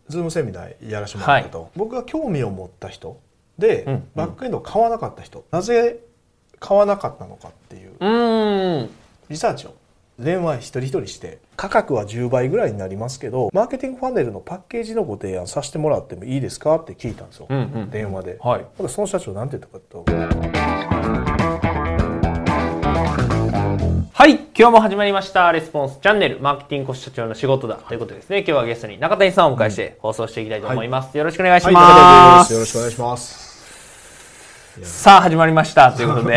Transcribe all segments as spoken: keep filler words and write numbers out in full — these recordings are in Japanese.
ズームセミナーやらせてもらったと、はい、僕が興味を持った人で、うんうん、バックエンドを買わなかった人、なぜ買わなかったのかっていうリサーチを電話一人一人して価格はじゅうばいぐらいになりますけどマーケティングファネルのパッケージのご提案させてもらってもいいですかって聞いたんですよ、うんうん、電話で、はい、その社長なんて言ったかとはい、今日も始まりましたレスポンスチャンネルマーケティングコス社長の仕事だということですね。今日はゲストに中谷さんをお迎えして放送していきたいと思います、はい、よろしくお願いします、 はい、よろしくお願いします。 さあ始まりましたということで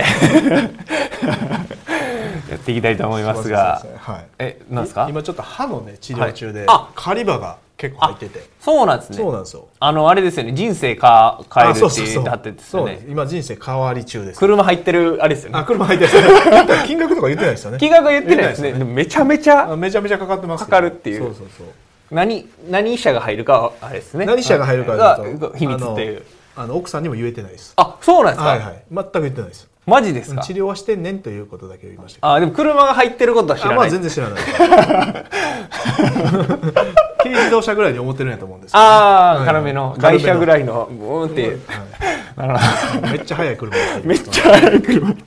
やっていきたいと思いますが、はい、え、なんですか？ 今ちょっと歯のね治療中で、はい、狩り歯が結構入ってて。 そうなんですね。 そうなんですよ。 あのあれですよね、人生か変えるっていうだってですよね。 そうです。今人生変わり中です。 車入ってるあれですよね。 あ、車入ってる。金額とか言ってないですよね。 金額は言ってないですね。でもめちゃめちゃめちゃめちゃかかってます。 かかるっていう。 そうそうそう。 何何社が入るかはあれですね。 何社が入るかが秘密っていう。 あの奥さんにも言えてないです。 あ、そうなんですか。 はいはい。全く言ってないです。 マジですか。 治療はしてんねんということだけ言いましたけど。 あ、でも車が入ってることは知らない。 あ、まあ全然知らない。軽自動車ぐらいに思ってるんやと思うんですけど、ね。 ああ、軽めの外車ぐらいのブーンっていう。 はい、なるほど。めっちゃ速い車。 めっちゃ速い車って。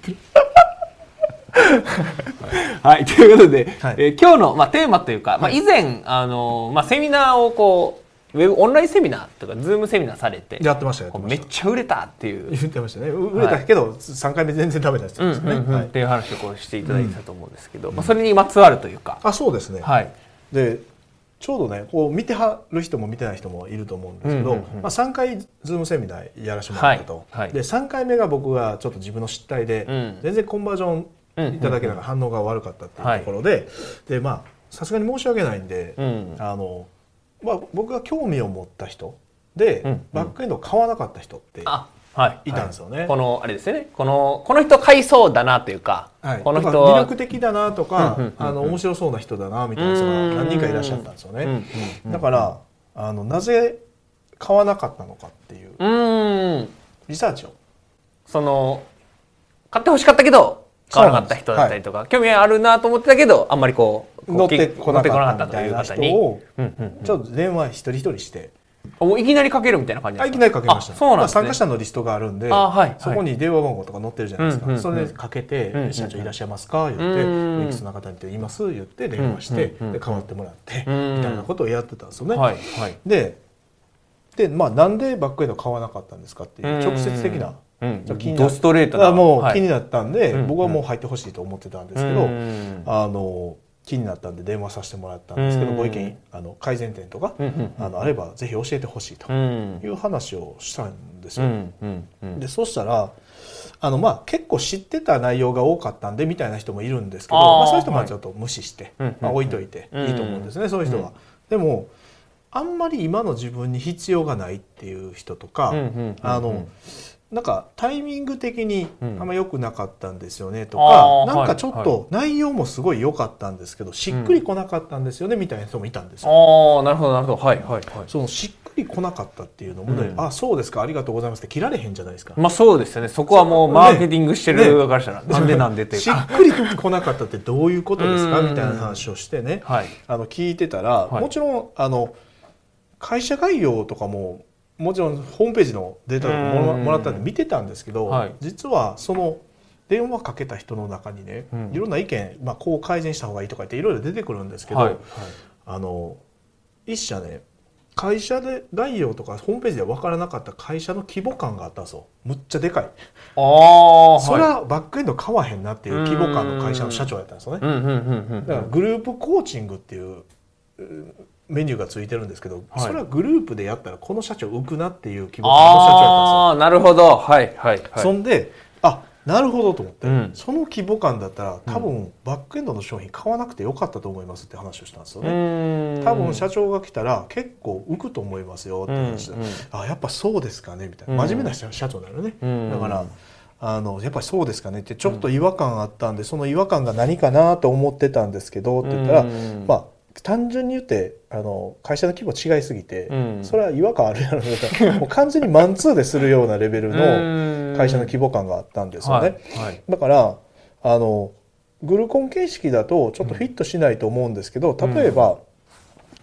はい、ということで、はい、えー、今日の、まあ、テーマというか、はい、まあ、以前あの、まあ、セミナーをこうウェブオンラインセミナーとかズームセミナーされてやってましたやってました。 めっちゃ売れたっていう言ってましたね。売れたけど、はい、さんかいめ全然ダメだったんですね、うんうんうん、はい、 っていう話をこうしていただいてたと思うんですけど、うん、まあ、それにまつわるというか、 あ、そうですね、 はい、 でちょうどねこう見てはる人も見てない人もいると思うんですけど、うんうんうん、まあ、さんかいズームセミナーやらせてもらったと、はいはい、でさんかいめが僕がちょっと自分の失態で、うん、全然コンバージョンいただけながら反応が悪かったっていうところで、はい、でまあさすがに申し訳ないんで、うん、あのまあ、僕が興味を持った人で、うんうん、バックエンドを買わなかった人っていたんですよね、はいはい、 このあれですよね、このこの人買いそうだなというか、はい、 この人魅力的だなとか、うんうんうんうん、あの面白そうな人だなみたいな人が何人かいらっしゃったんですよね、うんうんうん、だからあのなぜ買わなかったのかっていうリサーチを、 その買ってほしかったけど買わなかった人だったりとか、はい、興味あるなと思ってたけどあんまりこう乗ってこなかったみたいな人をうんうんうん、 ちょっと電話一人一人してもういきなりかけるみたいな感じですか。 いきなりかけました。 そうなんですね。 参加者のリストがあるんで、はいはい、そこに電話番号とか載ってるじゃないですか、うんうんうん、それでかけて、うんうん、社長いらっしゃいますか言って、うん、いくつの方に言います言って電話して、うんうん、で代わってもらって、うん、みたいなことをやってたんですよね、はいはい、で, で、まあ、なんでバックエンド買わなかったんですかっていう直接的な、 うん、気になドストレートなもう気になったんで、はい、僕はもう入ってほしいと思ってたんですけど、うん、あの気になったんで電話させてもらったんですけど、うん、ご意見あの改善点とか、うんうんうん、あのあればぜひ教えてほしいという話をしたんですよ、うんうんうん、でそしたらあの、まあ、結構知ってた内容が多かったんでみたいな人もいるんですけど、まあ、そういう人もちょっと無視して、はい、まあ、置いといていいと思うんですね、うん、そういう人は、うん、でもあんまり今の自分に必要がないっていう人とか、うんうんうんうん、あのなんかタイミング的にあんま良くなかったんですよねとか、うん、なんかちょっと内容もすごい良かったんですけど、しっくりこなかったんですよねみたいな人もいたんですよ、 うん、ああなるほどなるほど、はいはいはい、 そのしっくりこなかったっていうのもね、うん、あそうですかありがとうございますって切られへんじゃないですか。 まあそうですよね、そこはもうマーケティングしてる側からしたら、ねね、なんでなんでっていうかしっくりこなかったってどういうことですかみたいな話をしてね、はい、あの聞いてたら、はい、もちろんあの会社概要とかももちろんホームページのデータとかも ら, もらったんで見てたんですけど、はい、実はその電話かけた人の中にね、うん、いろんな意見、まあ、こう改善した方がいいとか言っていろいろ出てくるんですけど、はいはい、あの一社ね会社で概要とかホームページで分からなかった会社の規模感があったんですよ。むっちゃでかい。あそれはバックエンド買わへんなっていう規模感の会社の社長やったんですよね。だからグループコーチングっていうメニューがついてるんですけど、はい、それはグループでやったらこの社長浮くなっていう規模感の社長やったんですよ。 ああなるほど、はいはいはい。 そんであなるほどと思って、うん、その規模感だったら多分バックエンドの商品買わなくてよかったと思いますって話をしたんですよね。多分社長が来たら結構浮くと思いますよって話で、うんうん、あやっぱそうですかねみたいな、真面目な社長なのね、うん、だからあのやっぱりそうですかねってちょっと違和感あったんで、その違和感が何かなと思ってたんですけどって言ったら、うん、まあ単純に言ってあの会社の規模違いすぎて、うん、それは違和感あるやろうもう完全にマンツーでするようなレベルの会社の規模感があったんですよね、はいはい、だからあのグルコン形式だとちょっとフィットしないと思うんですけど、例えば、うん、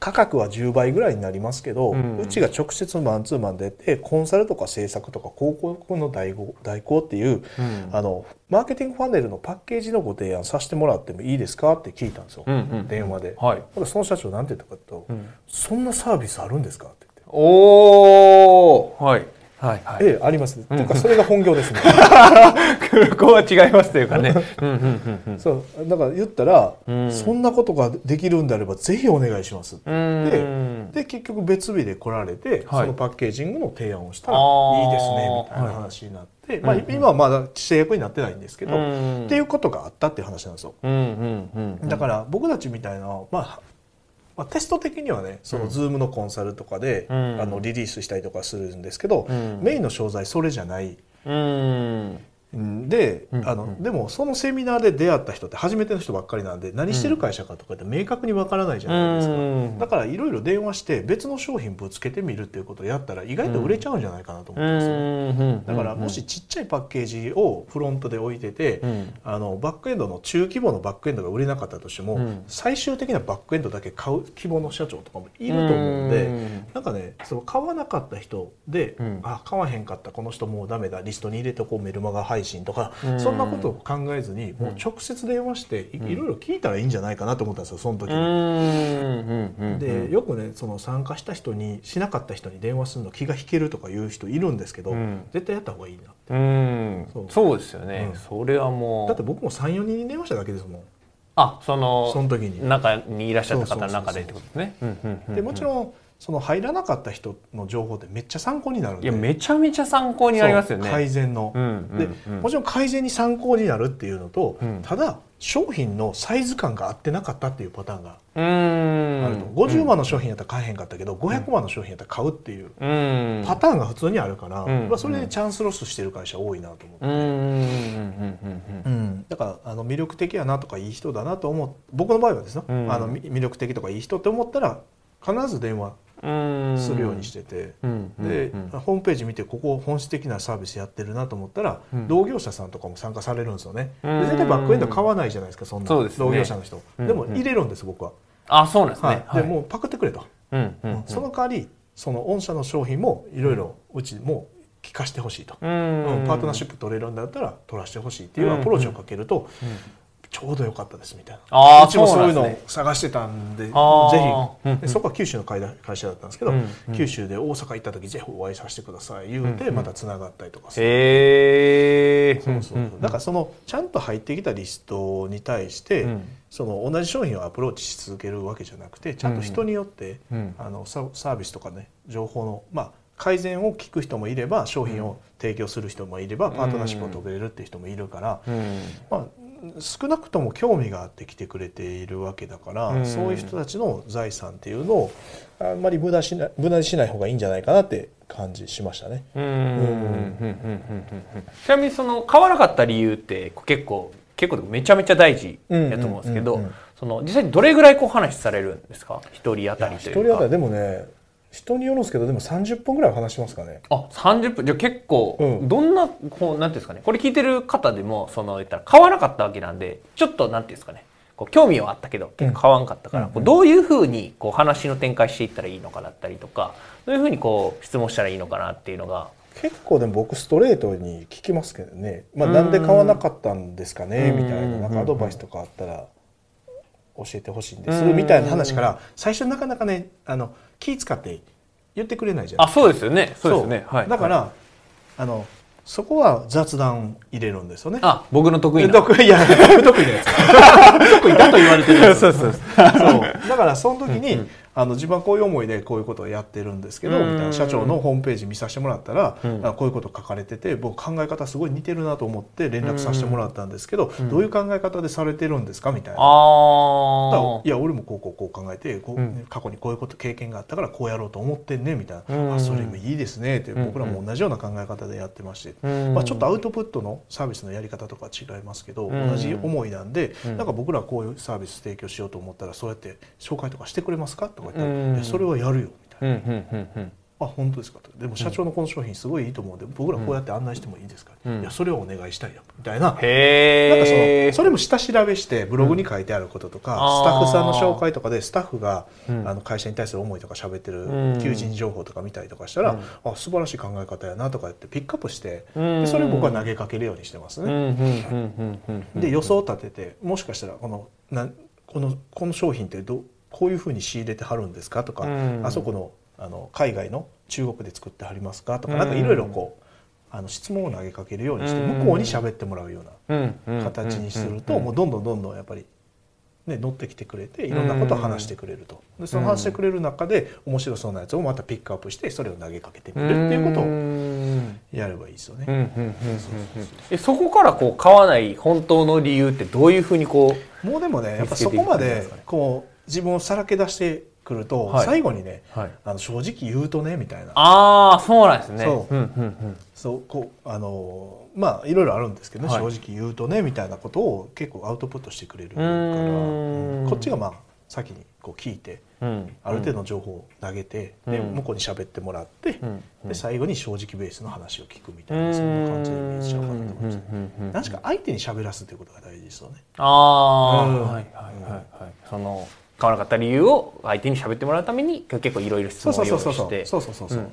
価格はじゅうばいぐらいになりますけど、 うん、 うちが直接マンツーマンで出てコンサルとか制作とか広告の代行、代行っていう、うん、あのマーケティングファネルのパッケージのご提案させてもらってもいいですかって聞いたんですよ、うんうん、電話で、はい、その社長なんて言ったかというと、うん、そんなサービスあるんですかって言って、 おー、はいはいはい、 ええ、あります、うん、というかそれが本業ですねここは違いますというかねそうだから言ったら、うん、そんなことができるんであればぜひお願いしますって、うん、で, で結局別日で来られて、はい、そのパッケージングの提案をしたらいいですねみたいな話になって、はい、まあ、今はまだ制約になってないんですけど、うん、っていうことがあったっていう話なんですよ、うんうんうん、だから僕たちみたいな、まあまあ、テスト的にはねその Zoom のコンサルとかで、うん、あのリリースしたりとかするんですけど、うん、メインの商材それじゃない、うんで、うんうん、あのでもそのセミナーで出会った人って初めての人ばっかりなんで何してる会社かとかって明確にわからないじゃないですか、うん、だからいろいろ電話して別の商品ぶつけてみるっていうことをやったら意外と売れちゃうんじゃないかなと思うんですよね、うん、だからもしちっちゃいパッケージをフロントで置いてて、うん、あのバックエンドの中規模のバックエンドが売れなかったとしても、うん、最終的なバックエンドだけ買う規模の社長とかもいると思うんで、うん、なんかねその買わなかった人で、うん、あ買わへんかったこの人もうダメだリストに入れてこうメルマガ配信とか、うんそんなことを考えずにもう直接電話していろいろ聞いたらいいんじゃないかなと思ったんですよその時に。でよくねその参加した人にしなかった人に電話するの気が引けるとかいう人いるんですけど、うん、絶対やった方がいいなって。うんそう、そうですよね、うん、それはもうだって僕も さんよにんに電話しただけですもん。 あそのその時に中にいらっしゃった方の中でってことですね。 でもちろんその入らなかった人の情報ってめっちゃ参考になるんで、 いやめちゃめちゃ参考になりますよね改善の、うんうんうん、でもちろん改善に参考になるっていうのと、うん、ただ商品のサイズ感が合ってなかったっていうパターンがあるとごじゅうまんの商品やったら買えへんかったけどごひゃくまんの商品やったら買うっていうパターンが普通にあるから、うんまあ、それでチャンスロスしてる会社多いなと思って、うん、だからあの魅力的やなとかいい人だなと思う僕の場合はですね、うん、あの魅力的とかいい人って思ったら必ず電話するようにしてて、でホームページ見てここ本質的なサービスやってるなと思ったら、うん、同業者さんとかも参加されるんですよね。で絶対バックエンド買わないじゃないですかそんな同業者の人、でも入れるんです僕は。 あそうなんですね、 はい、でもうパクってくれと、うんうんうん、その代わりその御社の商品もいろいろうちも聞かせてほしいと、うん、パートナーシップ取れるんだったら取らせてほしいっていうアプローチをかけると、うんうんちょうど良かったですみたいな。あうちもそういうのを探してたんで、ぜひでそこは九州の会社だったんですけど、うんうん、九州で大阪行った時ぜひお会いさせてください言うて、うんうん、またつながったりとかする。へーそうそう、うんうん、だからそのちゃんと入ってきたリストに対して、うん、その同じ商品をアプローチし続けるわけじゃなくてちゃんと人によって、うん、あのサービスとかね情報のまあ改善を聞く人もいれば商品を提供する人もいれば、うん、パートナーシップを遂げれるっていう人もいるから、うんまあ少なくとも興味があって来てくれているわけだから、うん、そういう人たちの財産っていうのをあんまり無駄しない無駄にしない方がいいんじゃないかなって感じしましたね。 ちなみにその買わなかった理由って結構結構めちゃめちゃ大事だと思うんですけど、その実際にどれぐらいこう話されるんですか一人当たりというか。 一人当たりでもね人によるんですけどでもさんじゅっぷんぐらいは話しますかね。 あさんじゅっぷんじゃあ結構、うん、どんなこうなんていうんですかねこれ聞いてる方でもその言ったら買わなかったわけなんでちょっとなんていうんですかねこう興味はあったけど結構買わんかったから、うん、こうどういうふうにこう話の展開していったらいいのかだったりとかどういうふうにこう質問したらいいのかなっていうのが結構でも僕ストレートに聞きますけどね、まあ、なんで買わなかったんですかねみたいななんかアドバイスとかあったら教えてほしいんですみたいな話から最初なかなかねあの気使って言ってくれないじゃないですか。 あ、そうですよね。そうですよね。はい。 だから、はい、あのそこは雑談入れるんですよね。 あ、僕の得意な。 得意いや不得意なやつ。不得意だと言われてるやつ。そうそうそう。そうだからその時に。うんうんあの自分はこういう思いでこういうことをやってるんですけどみたいな社長のホームページ見させてもらったら、うん、こういうこと書かれてて僕考え方すごい似てるなと思って連絡させてもらったんですけど、うん、どういう考え方でされてるんですかみたいな。あいや俺もこうこうこう考えてこう、うん、過去にこういうこと経験があったからこうやろうと思ってんねみたいな、うん、あそれもいいですねって僕らも同じような考え方でやってまして、うんまあ、ちょっとアウトプットのサービスのやり方とか違いますけど、うん、同じ思いなんで、うん、なんか僕らこういうサービス提供しようと思ったらそうやって紹介とかしてくれますかとか言ったら、うん、いやそれはやるよみたいな、うんうんうんうん、 あ本当ですかと。でも社長のこの商品すごいいいと思うんで、僕らこうやって案内してもいいですか、うん、いやそれをお願いしたいよみたいな、 へなんかそのそれも下調べしてブログに書いてあることとか、うん、スタッフさんの紹介とかでスタッフが、うん、あの会社に対する思いとか喋ってる求人情報とか見たりとかしたら、うん、あ素晴らしい考え方やなとか言ってピックアップして、うん、でそれを僕は投げかけるようにしてますね。で予想を立てて、もしかしたらこのなこのこの商品ってどこういうふうに仕入れてはるんですかとか、うん、あそこのあの海外の中国で作ってはりますかとか、なんかいろいろこうあの質問を投げかけるようにして向こうに喋ってもらうような形にすると、もうどんどんどんどんやっぱり、ね、乗ってきてくれていろんなことを話してくれると。でその話してくれる中で面白そうなやつをまたピックアップしてそれを投げかけてみるっていうことをやればいいですよね。 そこからこう買わない本当の理由ってどういうふうにこうもうでもねやっぱそこまでこう自分をさらけ出してくると、はい、最後にね、はい、あの正直言うとねみたいな。 ああそうなんですね。 そう、うんうんうん、そうこうあのまあいろいろあるんですけどね、はい、正直言うとねみたいなことを結構アウトプットしてくれるから、うん、こっちがまあ先にこう聞いて、うん、ある程度の情報を投げて、うん、で向こうに喋ってもらって、うん、で最後に正直ベースの話を聞くみたいな、そんな感じでイメージしようかなと思いました。何しか相手に喋らすということが大事ですよね。 ああ、うん、はいはいはいはい。その買わなかった理由を相手に喋ってもらうために結構いろいろ質問を用意してそうそうそうそう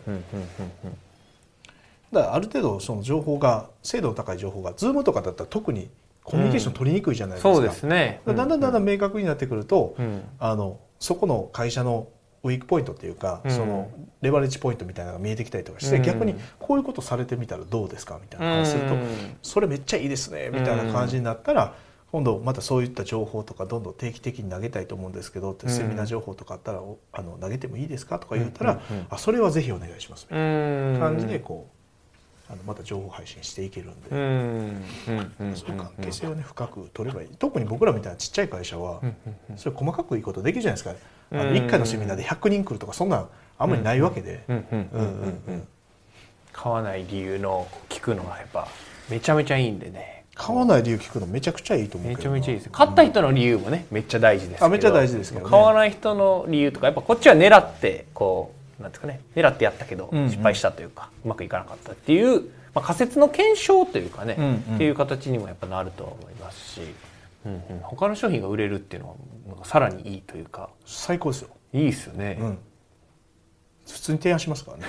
だからある程度その情報が精度の高い情報が Zoom とかだったら特にコミュニケーション取りにくいじゃないですか、 うん、そうですね、 だんだんだんだん明確になってくると、うん、あのそこの会社のウィークポイントっていうか、うん、そのレバレッジポイントみたいなのが見えてきたりとかして、うん、逆にこういうことされてみたらどうですかみたいな話すると、うん、それめっちゃいいですねみたいな感じになったら、今度またそういった情報とかどんどん定期的に投げたいと思うんですけどって、セミナー情報とかあったらあの投げてもいいですかとか言ったら、うんうんうん、あそれはぜひお願いしますみたいな感じでこうあのまた情報配信していけるんで、うんそういう関係性をね深く取ればいい。特に僕らみたいなちっちゃい会社はそれ細かくいいことできるじゃないですか。あのいっかいのセミナーでひゃくにん来るとかそんなんあんまりないわけで、 買わない理由の聞くのがやっぱめちゃめちゃいいんでね。 買わない理由聞くのめちゃくちゃいいと思うけど、 めちゃめちゃいいです。買った人の理由もね、うん、めっちゃ大事ですけど、 あめっちゃ大事ですけど、ね、 買わない人の理由とかやっぱこっちは狙ってこうなんですかね、狙ってやったけど失敗したというか、うんうん、うまくいかなかったっていう、まあ、仮説の検証というかね、うんうん、っていう形にもやっぱなると思いますし、うんうん、他の商品が売れるっていうのはなんかさらにいいというか最高ですよ。 いいですよね、うん、 普通に提案しますからね。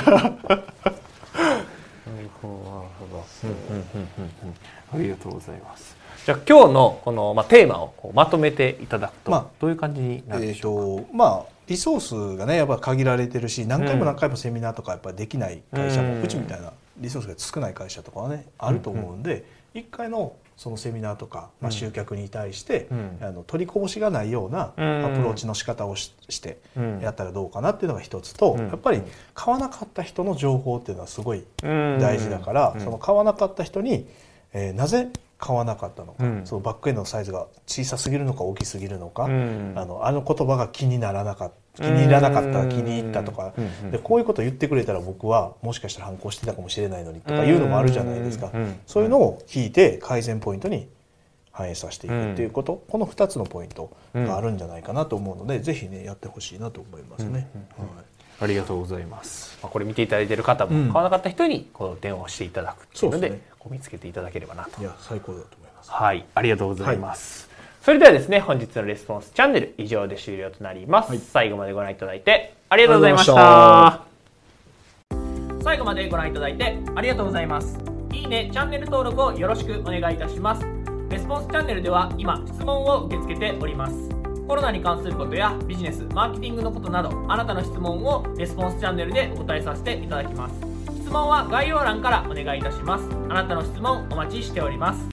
ありがとうございます。じゃあ今日のこの、まあ、テーマをこうまとめていただくと、まあ、どういう感じになるでしょうか。 えーとまあ、リソースがねやっぱ限られてるし、何回も何回もセミナーとかやっぱできない会社も、うん、うちみたいなリソースが少ない会社とかはねあると思うんで、いっかいのそのセミナーとか、まあ、集客に対して、うん、あの取りこぼしがないようなアプローチの仕方を し, してやったらどうかなっていうのが一つと、うん、やっぱり買わなかった人の情報っていうのはすごい大事だから、うん、その買わなかった人に、えー、なぜ買わなかったのか、うん、そのバックエンドのサイズが小さすぎるのか大きすぎるのか、うん、あのあの言葉が気にならなかった気に入らなかったら気に入ったとか、でこういうことを言ってくれたら僕はもしかしたら反抗してたかもしれないのにとかいうのもあるじゃないですか。そういうのを聞いて改善ポイントに反映させていくっていうこと、このふたつのポイントがあるんじゃないかなと思うので、ぜひねやってほしいなと思いますね。 ありがとうございます。これ見ていただいている方も買わなかった人にこう電話をしていただくっていうので、うんこう見つけていただければなと。 いや最高だと思います。 はい、ありがとうございます。はい、それではですね、本日のレスポンスチャンネル以上で終了となります。はい、最後までご覧いただいてありがとうございました。最後までご覧いただいてありがとうございます。いいね、チャンネル登録をよろしくお願いいたします。レスポンスチャンネルでは今質問を受け付けております。コロナに関することやビジネス、マーケティングのことなど、あなたの質問をレスポンスチャンネルでお答えさせていただきます。質問は概要欄からお願いいたします。あなたの質問お待ちしております。